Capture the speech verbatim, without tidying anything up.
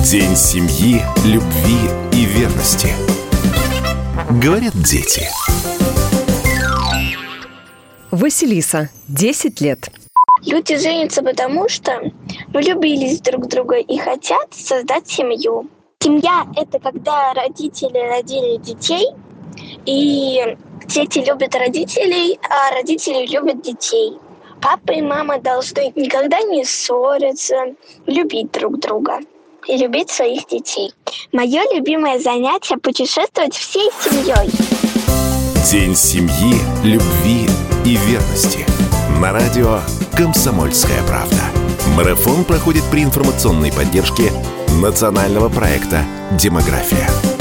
День семьи, любви и верности. Говорят дети. Василиса, десять лет. Люди женятся потому, что влюбились друг в друга и хотят создать семью. Семья – это когда родители родили детей, и дети любят родителей, а родители любят детей. Папа и мама должны никогда не ссориться, любить друг друга и любить своих детей. Мое любимое занятие – путешествовать всей семьей. День семьи, любви и верности. На радио «Комсомольская правда». Марафон проходит при информационной поддержке национального проекта «Демография».